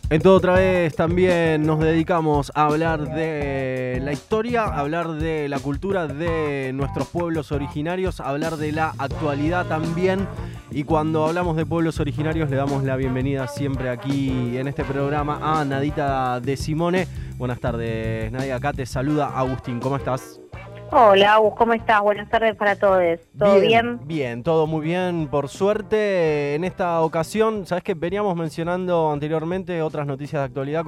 En Todo Otra Vez también nos dedicamos a hablar de la historia, a hablar de la cultura de nuestros pueblos originarios, a hablar de la actualidad también. Y cuando hablamos de pueblos originarios le damos la bienvenida siempre aquí en este programa a Nadita de Simone. Buenas tardes, Nadia. Acá te saluda Agustín. ¿Cómo estás? Hola, Agus, ¿cómo estás? Buenas tardes para todos. ¿Todo bien? Bien, todo muy bien, por suerte. En esta ocasión, sabes que veníamos mencionando anteriormente otras noticias de actualidad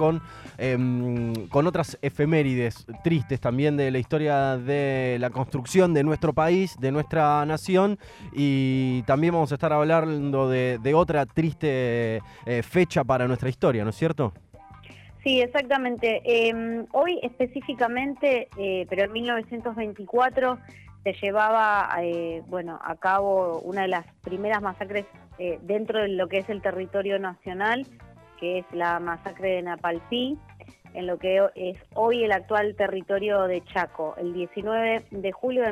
con otras efemérides tristes también de la historia de la construcción de nuestro país, de nuestra nación, y también vamos a estar hablando de otra triste fecha para nuestra historia, ¿no es cierto? Sí, exactamente. Hoy específicamente, pero en 1924 se llevaba a cabo una de las primeras masacres dentro de lo que es el territorio nacional, que es la masacre de Napalpí, en lo que es hoy el actual territorio de Chaco, el 19 de julio de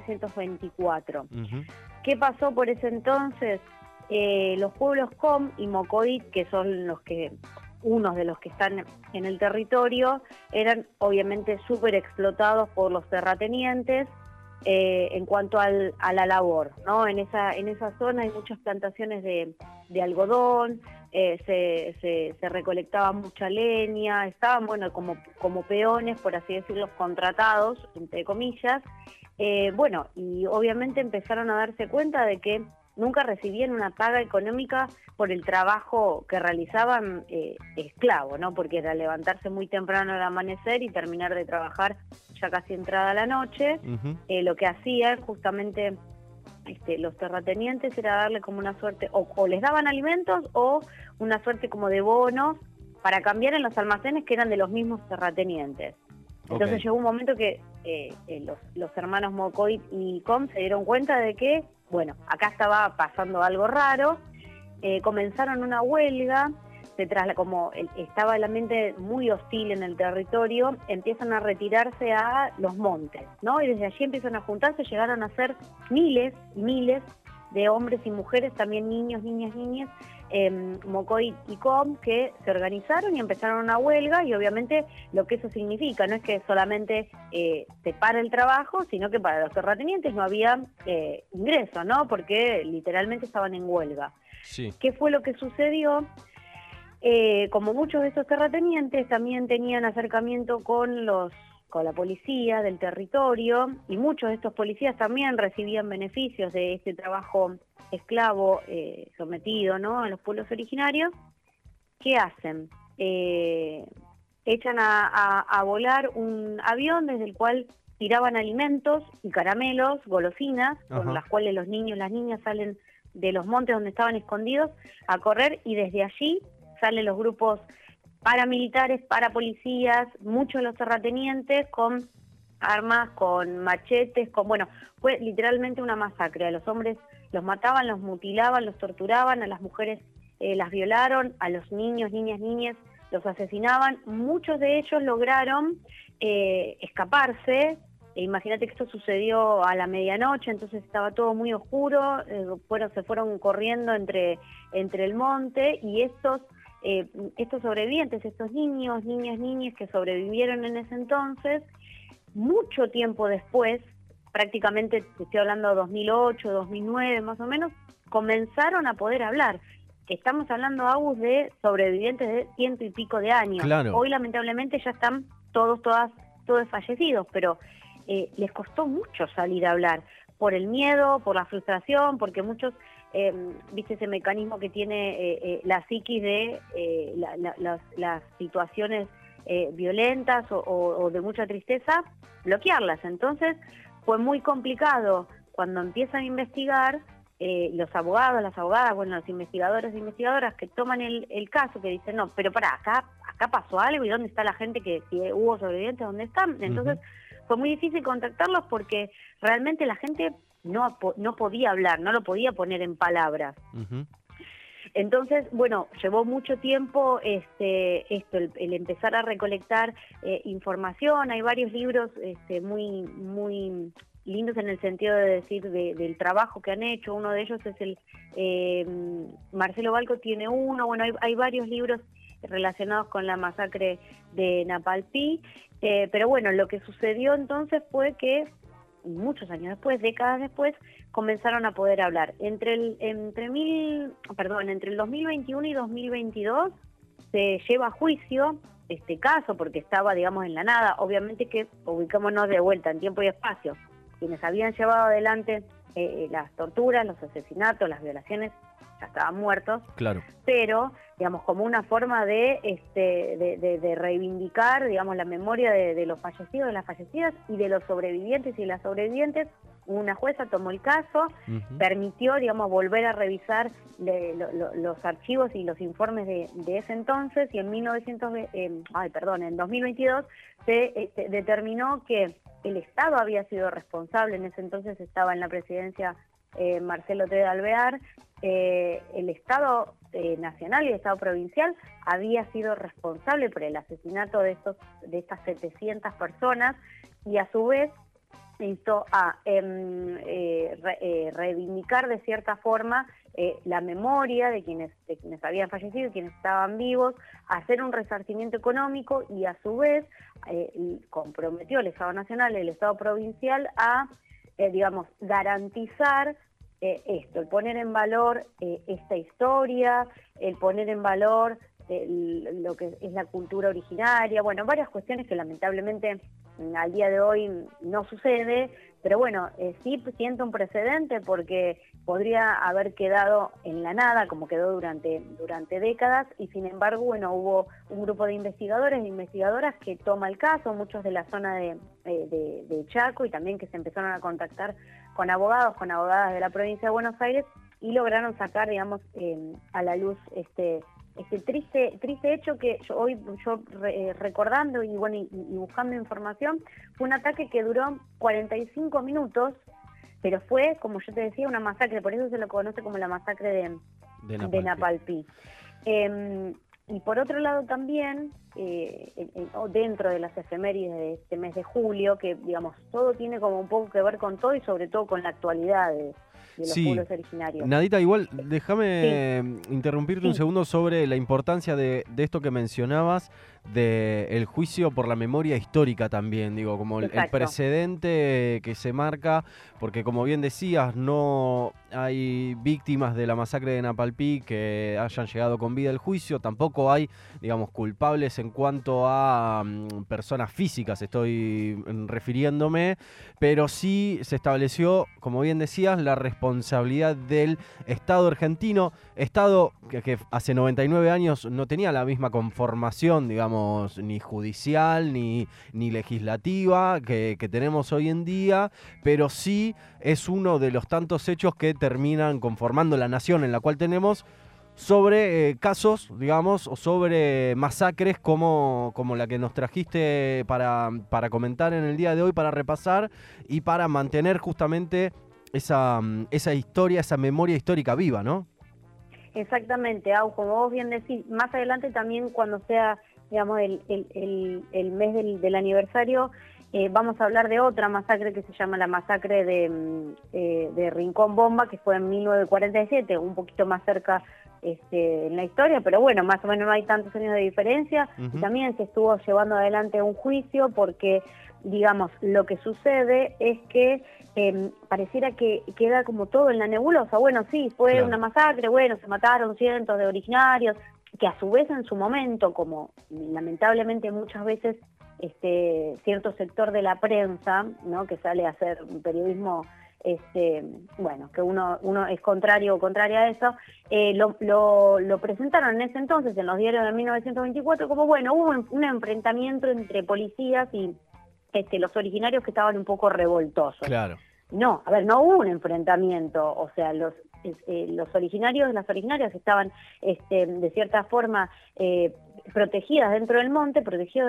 1924. Uh-huh. ¿Qué pasó por ese entonces? Los pueblos Com y Mocoit, que son unos de los que están en el territorio, eran obviamente súper explotados por los terratenientes en cuanto a la labor, ¿no? En esa zona hay muchas plantaciones de algodón, se recolectaba mucha leña, estaban, bueno, como peones, por así decirlo, contratados, entre comillas, y obviamente empezaron a darse cuenta de que nunca recibían una paga económica por el trabajo que realizaban esclavo, ¿no? Porque era levantarse muy temprano al amanecer y terminar de trabajar ya casi entrada la noche. Uh-huh. Lo que hacían justamente los terratenientes era darle como una suerte, o les daban alimentos o una suerte como de bonos para cambiar en los almacenes que eran de los mismos terratenientes. Entonces Okay. llegó un momento que los hermanos Mocoit y Com se dieron cuenta de que, bueno, acá estaba pasando algo raro, comenzaron una huelga, estaba el ambiente muy hostil en el territorio, empiezan a retirarse a los montes, ¿no? Y desde allí empiezan a juntarse, llegaron a ser miles y miles de hombres y mujeres, también niños, niñas, Mocoit y Com, que se organizaron y empezaron una huelga, y obviamente lo que eso significa no es que solamente se para el trabajo, sino que para los terratenientes no había ingreso, ¿no? Porque literalmente estaban en huelga. Sí. ¿Qué fue lo que sucedió? Como muchos de estos terratenientes también tenían acercamiento con la policía del territorio, y muchos de estos policías también recibían beneficios de este trabajo esclavo sometido, ¿no?, en los pueblos originarios. ¿Qué hacen? Echan a volar un avión desde el cual tiraban alimentos y caramelos, golosinas, Ajá. con las cuales los niños y las niñas salen de los montes donde estaban escondidos a correr, y desde allí salen los grupos paramilitares, parapolicías, muchos de los terratenientes con armas, con machetes, fue literalmente una masacre. A los hombres los mataban, los mutilaban, los torturaban, a las mujeres las violaron, a los niños, niñas, los asesinaban. Muchos de ellos lograron escaparse. Imagínate que esto sucedió a la medianoche, entonces estaba todo muy oscuro, se fueron corriendo entre el monte, y estos sobrevivientes, estos niños, niñas que sobrevivieron en ese entonces, mucho tiempo después, prácticamente estoy hablando de 2008, 2009 más o menos, comenzaron a poder hablar. Estamos hablando, Agus, de sobrevivientes de 100 y pico de años. Claro. Hoy lamentablemente ya están todos fallecidos, pero les costó mucho salir a hablar, por el miedo, por la frustración, porque muchos, viste ese mecanismo que tiene la psiquis de las situaciones violentas o de mucha tristeza, bloquearlas. Entonces fue muy complicado cuando empiezan a investigar los abogados, las abogadas, los investigadores e investigadoras que toman el caso, que dicen, no, pero pará, acá pasó algo, y ¿dónde está la gente que si hubo sobrevivientes, dónde están? Entonces fue muy difícil contactarlos porque realmente la gente no podía hablar, no lo podía poner en palabras. Uh-huh. Entonces, llevó mucho tiempo el empezar a recolectar información. Hay varios libros muy, muy lindos en el sentido de decir del trabajo que han hecho. Uno de ellos es Marcelo Balco tiene uno. Hay varios libros relacionados con la masacre de Napalpí. Pero bueno, lo que sucedió entonces fue que muchos años después, décadas después, comenzaron a poder hablar. Entre el 2021 y 2022 se lleva a juicio este caso porque estaba, digamos, en la nada. Obviamente que ubicémonos de vuelta en tiempo y espacio. Quienes habían llevado adelante las torturas, los asesinatos, las violaciones, ya estaban muertos. Claro. Pero, digamos, como una forma de reivindicar, digamos, la memoria de los fallecidos, de las fallecidas y de los sobrevivientes y las sobrevivientes, una jueza tomó el caso, permitió, digamos, volver a revisar los archivos y los informes de ese entonces, y en 2022 se determinó que el Estado había sido responsable. En ese entonces estaba en la presidencia Marcelo T. de Alvear. El Estado nacional y el Estado provincial había sido responsable por el asesinato de estas 700 personas, y a su vez hizo a reivindicar de cierta forma la memoria de quienes habían fallecido y quienes estaban vivos, hacer un resarcimiento económico, y a su vez comprometió el Estado nacional y el Estado provincial a, digamos, garantizar el poner en valor esta historia, el poner en valor lo que es la cultura originaria, bueno, varias cuestiones que lamentablemente al día de hoy no sucede, pero bueno, sí siento un precedente porque podría haber quedado en la nada, como quedó durante décadas, y sin embargo, bueno, hubo un grupo de investigadores e investigadoras que toma el caso, muchos de la zona de Chaco, y también que se empezaron a contactar con abogados, con abogadas de la provincia de Buenos Aires, y lograron sacar, digamos, a la luz este triste hecho que yo recordando y buscando información, fue un ataque que duró 45 minutos, pero fue, como yo te decía, una masacre, por eso se lo conoce como la masacre de Napalpí. Y por otro lado también, dentro de las efemérides de este mes de julio, que digamos, todo tiene como un poco que ver con todo y sobre todo con la actualidad de los pueblos originarios. Nadita, igual, déjame interrumpirte un segundo sobre la importancia de esto que mencionabas, del juicio por la memoria histórica también, digo, como el precedente que se marca, porque como bien decías, no hay víctimas de la masacre de Napalpí que hayan llegado con vida al juicio, tampoco hay, digamos, culpables en cuanto a personas físicas, estoy refiriéndome, pero sí se estableció, como bien decías, la responsabilidad del Estado argentino, Estado que hace 99 años no tenía la misma conformación, digamos, ni judicial ni legislativa que tenemos hoy en día, pero sí es uno de los tantos hechos que terminan conformando la nación en la cual tenemos, sobre casos, digamos, o sobre masacres como la que nos trajiste para comentar en el día de hoy, para repasar y para mantener justamente esa historia, esa memoria histórica viva, ¿no? Exactamente, como vos bien decís, más adelante también cuando sea, digamos, el mes del aniversario, vamos a hablar de otra masacre que se llama la masacre de Rincón Bomba, que fue en 1947, un poquito más cerca en la historia, pero bueno, más o menos no hay tantos años de diferencia. Y también se estuvo llevando adelante un juicio porque, digamos, lo que sucede es que pareciera que queda como todo en la nebulosa. Bueno, sí, fue una masacre, bueno, se mataron cientos de originarios, que a su vez en su momento, como lamentablemente muchas veces cierto sector de la prensa, ¿no?, que sale a hacer un periodismo, bueno, que uno es contrario o contraria a eso, lo presentaron en ese entonces en los diarios de 1924 como, bueno, hubo un enfrentamiento entre policías y los originarios que estaban un poco revoltosos. Claro. No, a ver, no hubo un enfrentamiento, o sea, los originarios, las originarias estaban de cierta forma protegidos dentro del monte,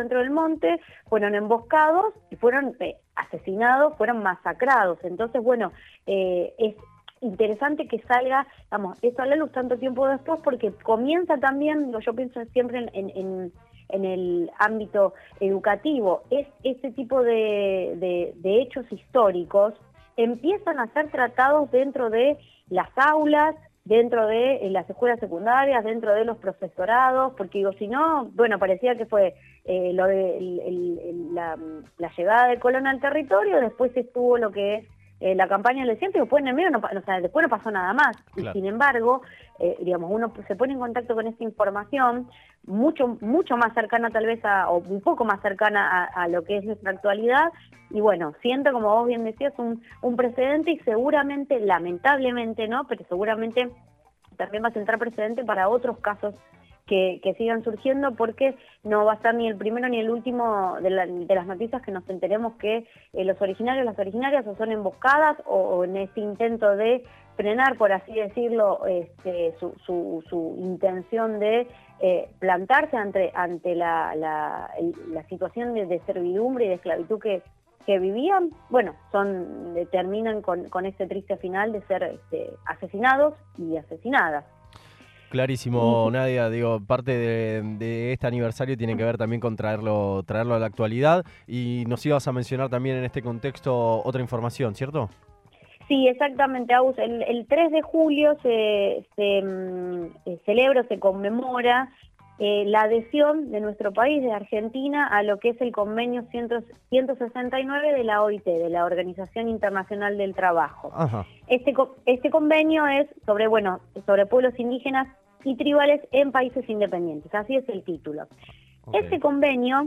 fueron emboscados y fueron asesinados, fueron masacrados. Entonces, bueno, es interesante que salga, vamos, esto a la luz tanto tiempo después, porque comienza también, yo pienso siempre en el ámbito educativo, es este tipo de hechos históricos empiezan a ser tratados dentro de las aulas, dentro de las escuelas secundarias, dentro de los profesorados, porque digo, si no, bueno, parecía que fue lo de la llegada de Colón al territorio, después estuvo lo que es la campaña del desierto y después en el medio después no pasó nada más. Claro. Y sin embargo, digamos, uno se pone en contacto con esta información mucho más cercana tal vez o un poco más cercana a lo que es nuestra actualidad, y bueno, siento, como vos bien decías, un precedente, y seguramente, lamentablemente, ¿no? Pero seguramente también va a sentar precedente para otros casos que sigan surgiendo, porque no va a ser ni el primero ni el último de las noticias que nos enteremos que los originarios, las originarias, o son emboscadas o en este intento de frenar, por así decirlo, su intención de plantarse ante la situación de servidumbre y de esclavitud que vivían, bueno, terminan con este triste final de ser asesinados y asesinadas. Clarísimo, Nadia. Digo, parte de este aniversario tiene que ver también con traerlo a la actualidad, y nos ibas a mencionar también en este contexto otra información, ¿cierto? Sí, exactamente, Agus. El 3 de julio se celebra, se conmemora la adhesión de nuestro país, de Argentina, a lo que es el convenio 169 de la OIT, de la Organización Internacional del Trabajo. Ajá. Este convenio es sobre pueblos indígenas y tribales en países independientes, así es el título. Okay. Este convenio,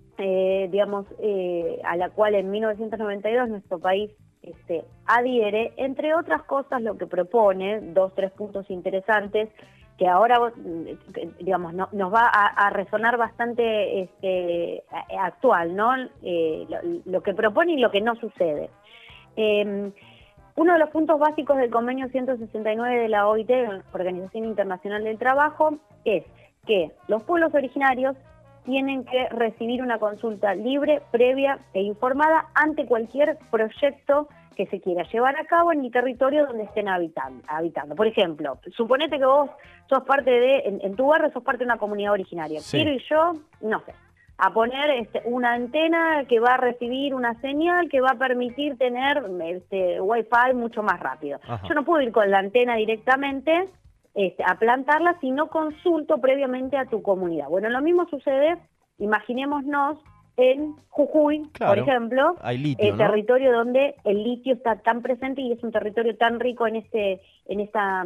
a la cual en 1992 nuestro país adhiere, entre otras cosas, lo que propone, 2-3 puntos interesantes, que ahora, digamos, nos va a resonar bastante actual, ¿no? Lo que propone y lo que no sucede. Uno de los puntos básicos del convenio 169 de la OIT, Organización Internacional del Trabajo, es que los pueblos originarios tienen que recibir una consulta libre, previa e informada ante cualquier proyecto que se quiera llevar a cabo en el territorio donde estén habitando. Por ejemplo, suponete que vos sos parte en tu barrio sos parte de una comunidad originaria. Sí. Quiero ir yo, no sé, a poner una antena que va a recibir una señal que va a permitir tener Wi-Fi mucho más rápido. Ajá. Yo no puedo ir con la antena directamente a plantarla si no consulto previamente a tu comunidad. Bueno, lo mismo sucede, imaginémonos, en Jujuy, claro, por ejemplo, hay litio, ¿no? Territorio donde el litio está tan presente y es un territorio tan rico en esta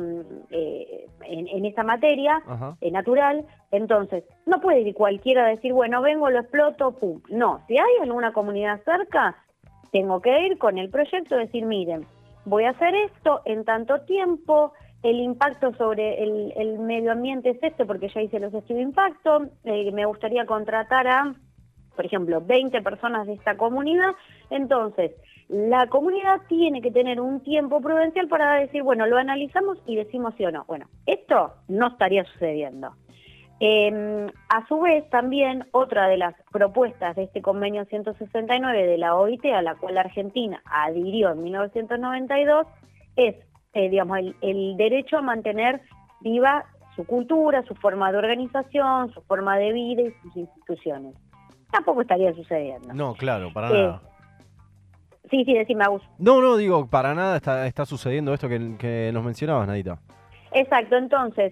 materia natural. Entonces, no puede ir cualquiera a decir, bueno, vengo, lo exploto, pum. No, si hay alguna comunidad cerca, tengo que ir con el proyecto y decir, miren, voy a hacer esto en tanto tiempo, el impacto sobre el medio ambiente es porque ya hice los estudios de impacto, me gustaría contratar a, por ejemplo, 20 personas de esta comunidad. Entonces, la comunidad tiene que tener un tiempo prudencial para decir, bueno, lo analizamos y decimos sí o no. Bueno, esto no estaría sucediendo. A su vez, también, otra de las propuestas de este convenio 169 de la OIT, a la cual Argentina adhirió en 1992, es, el derecho a mantener viva su cultura, su forma de organización, su forma de vida y sus instituciones. Tampoco estaría sucediendo. No, claro, para nada. Sí, decime, Agus. No, digo, para nada está sucediendo esto que nos mencionabas, Nadita. Exacto, entonces,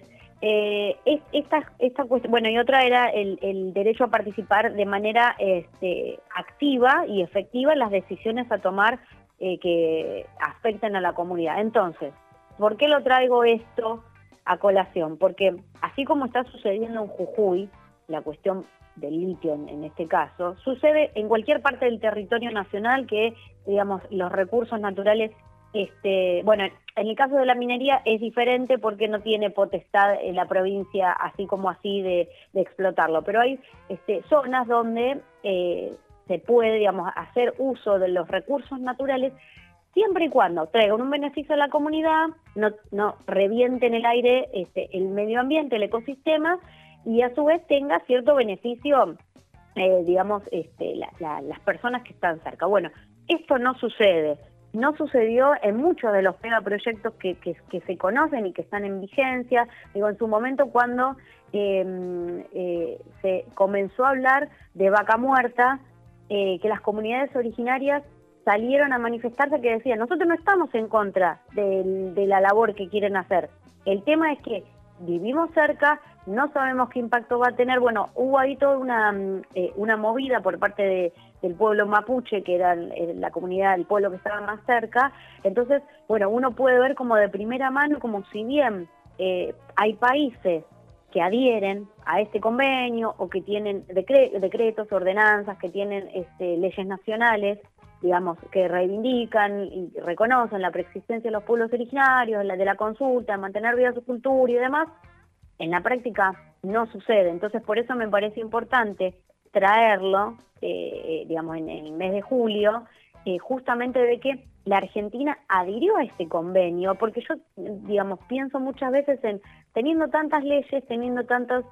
esta cuestión, bueno, y otra era el derecho a participar de manera activa y efectiva en las decisiones a tomar que afecten a la comunidad. Entonces, ¿por qué lo traigo esto a colación? Porque así como está sucediendo en Jujuy, la cuestión del litio en este caso, sucede en cualquier parte del territorio nacional que, digamos, los recursos naturales, bueno, en el caso de la minería es diferente porque no tiene potestad en la provincia así como así de explotarlo, pero hay zonas donde se puede, digamos, hacer uso de los recursos naturales siempre y cuando traigan un beneficio a la comunidad, no reviente en el aire el medio ambiente, el ecosistema, y a su vez tenga cierto beneficio, digamos, las personas que están cerca. Bueno, esto no sucede. No sucedió en muchos de los megaproyectos que se conocen y que están en vigencia. Digo, en su momento cuando se comenzó a hablar de Vaca Muerta, que las comunidades originarias salieron a manifestarse, que decían, nosotros no estamos en contra de la labor que quieren hacer, El tema es que vivimos cerca, no sabemos qué impacto va a tener. Bueno, hubo ahí toda una movida por parte del pueblo mapuche, que era la comunidad, el pueblo que estaba más cerca. Entonces, bueno, uno puede ver como de primera mano, como si bien hay países que adhieren a este convenio o que tienen decretos, ordenanzas, que tienen leyes nacionales, digamos, que reivindican y reconocen la preexistencia de los pueblos originarios, la de la consulta, mantener viva su cultura y demás. En la práctica no sucede. Entonces, por eso me parece importante traerlo, digamos, en el mes de julio, justamente de que la Argentina adhirió a este convenio, porque yo, digamos, pienso muchas veces en teniendo tantas leyes, teniendo tantos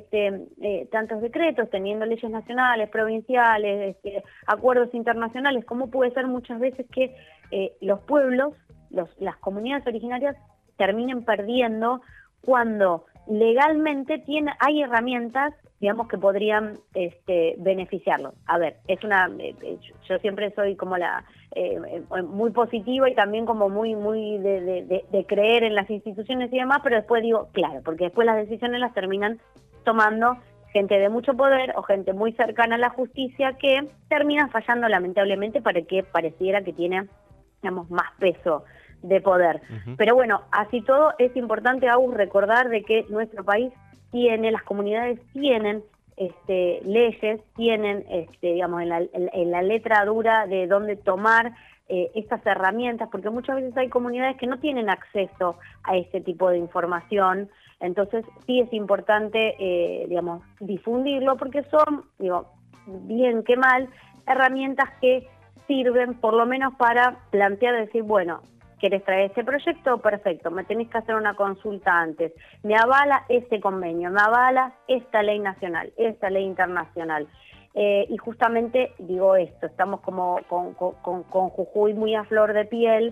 decretos, teniendo leyes nacionales, provinciales, acuerdos internacionales, ¿cómo puede ser muchas veces que los pueblos, las comunidades originarias terminen perdiendo cuando legalmente hay herramientas, digamos, que podrían beneficiarlos? A ver, yo siempre soy como muy positiva y también como muy de creer en las instituciones y demás, pero después digo, claro, porque después las decisiones las terminan tomando gente de mucho poder o gente muy cercana a la justicia que termina fallando lamentablemente para que pareciera que tiene, digamos, más peso de poder. Pero bueno, así todo es importante, Agus, recordar de que nuestro país las comunidades tienen leyes, tienen, digamos, en la letra dura de dónde tomar estas herramientas, porque muchas veces hay comunidades que no tienen acceso a este tipo de información. Entonces sí es importante, digamos, difundirlo, porque son, digo, bien que mal, herramientas que sirven por lo menos para plantear, decir, bueno, ¿querés traer este proyecto? Perfecto, me tenéis que hacer una consulta antes. Me avala este convenio, me avala esta ley nacional, esta ley internacional. Y justamente digo esto, estamos como con Jujuy muy a flor de piel,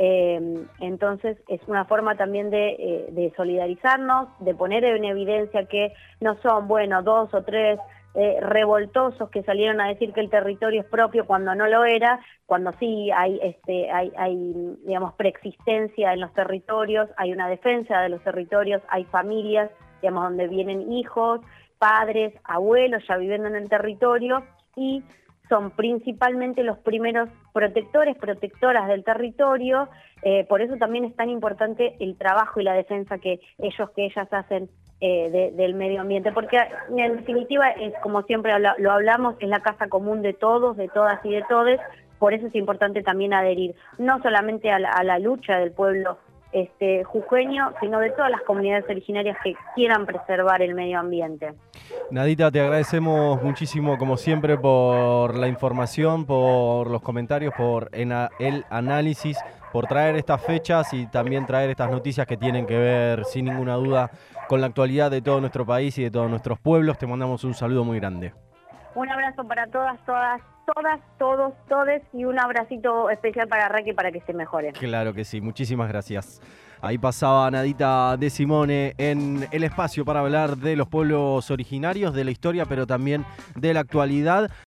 entonces es una forma también de solidarizarnos, de poner en evidencia que no son, bueno, 2 o 3 revoltosos que salieron a decir que el territorio es propio cuando no lo era, cuando sí hay digamos, preexistencia en los territorios, hay una defensa de los territorios, hay familias, digamos, donde vienen hijos, padres, abuelos ya viviendo en el territorio, y son principalmente los primeros protectoras del territorio. Por eso también es tan importante el trabajo y la defensa que ellas hacen del medio ambiente, porque en definitiva es, como siempre lo hablamos, es la casa común de todos, de todas y de todes. Por eso es importante también adherir, no solamente a la lucha del pueblo jujeño, sino de todas las comunidades originarias que quieran preservar el medio ambiente. Nadita, te agradecemos muchísimo, como siempre, por la información, por los comentarios, por el análisis, por traer estas fechas y también traer estas noticias que tienen que ver, sin ninguna duda, con la actualidad de todo nuestro país y de todos nuestros pueblos. Te mandamos un saludo muy grande. Un abrazo para todas, todos, todes, y un abracito especial para Raquel para que se mejore. Claro que sí, muchísimas gracias. Ahí pasaba Nadita De Simone en el espacio para hablar de los pueblos originarios, de la historia, pero también de la actualidad.